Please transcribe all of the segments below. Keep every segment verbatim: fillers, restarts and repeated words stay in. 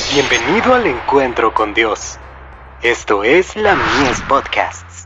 Bienvenido al encuentro con Dios. Esto es la Mies Podcasts.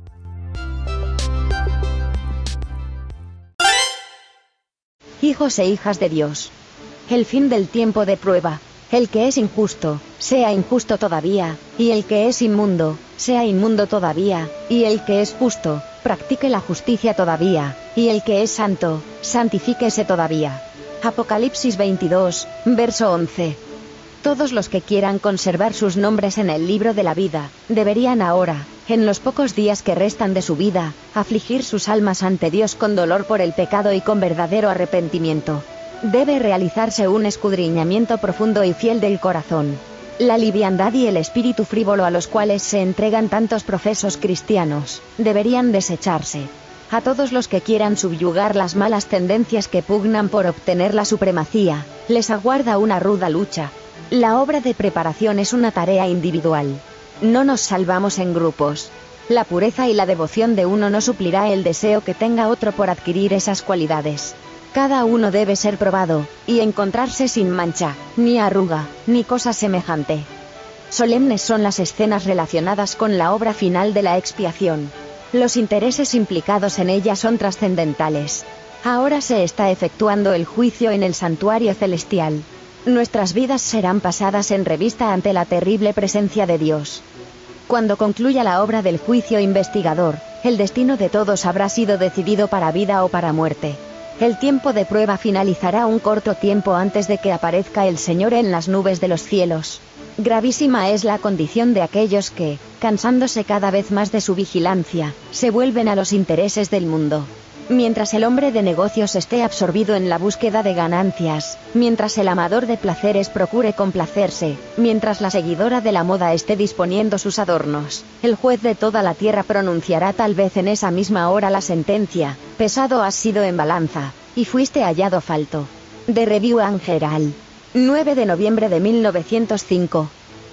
Hijos e hijas de Dios. El fin del tiempo de prueba. El que es injusto, sea injusto todavía, y el que es inmundo, sea inmundo todavía, y el que es justo, practique la justicia todavía, y el que es santo, santifíquese todavía. Apocalipsis veintidós, verso once. Todos los que quieran conservar sus nombres en el libro de la vida, deberían ahora, en los pocos días que restan de su vida, afligir sus almas ante Dios con dolor por el pecado y con verdadero arrepentimiento. Debe realizarse un escudriñamiento profundo y fiel del corazón. La liviandad y el espíritu frívolo a los cuales se entregan tantos profesos cristianos, deberían desecharse. A todos los que quieran subyugar las malas tendencias que pugnan por obtener la supremacía, les aguarda una ruda lucha. La obra de preparación es una tarea individual. No nos salvamos en grupos. La pureza y la devoción de uno no suplirá el deseo que tenga otro por adquirir esas cualidades. Cada uno debe ser probado, y encontrarse sin mancha, ni arruga, ni cosa semejante. Solemnes son las escenas relacionadas con la obra final de la expiación. Los intereses implicados en ella son trascendentales. Ahora se está efectuando el juicio en el santuario celestial. Nuestras vidas serán pasadas en revista ante la terrible presencia de Dios. Cuando concluya la obra del juicio investigador, el destino de todos habrá sido decidido para vida o para muerte. El tiempo de prueba finalizará un corto tiempo antes de que aparezca el Señor en las nubes de los cielos. Gravísima es la condición de aquellos que, cansándose cada vez más de su vigilancia, se vuelven a los intereses del mundo. Mientras el hombre de negocios esté absorbido en la búsqueda de ganancias, mientras el amador de placeres procure complacerse, mientras la seguidora de la moda esté disponiendo sus adornos, el juez de toda la tierra pronunciará tal vez en esa misma hora la sentencia: pesado has sido en balanza, y fuiste hallado falto. The Review and Herald. nueve de noviembre de mil novecientos cinco.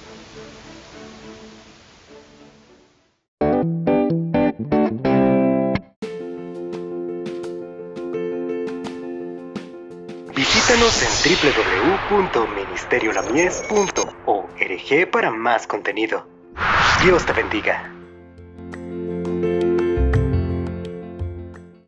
Visítanos en doble u doble u doble u punto ministerio la mies punto org para más contenido. Dios te bendiga.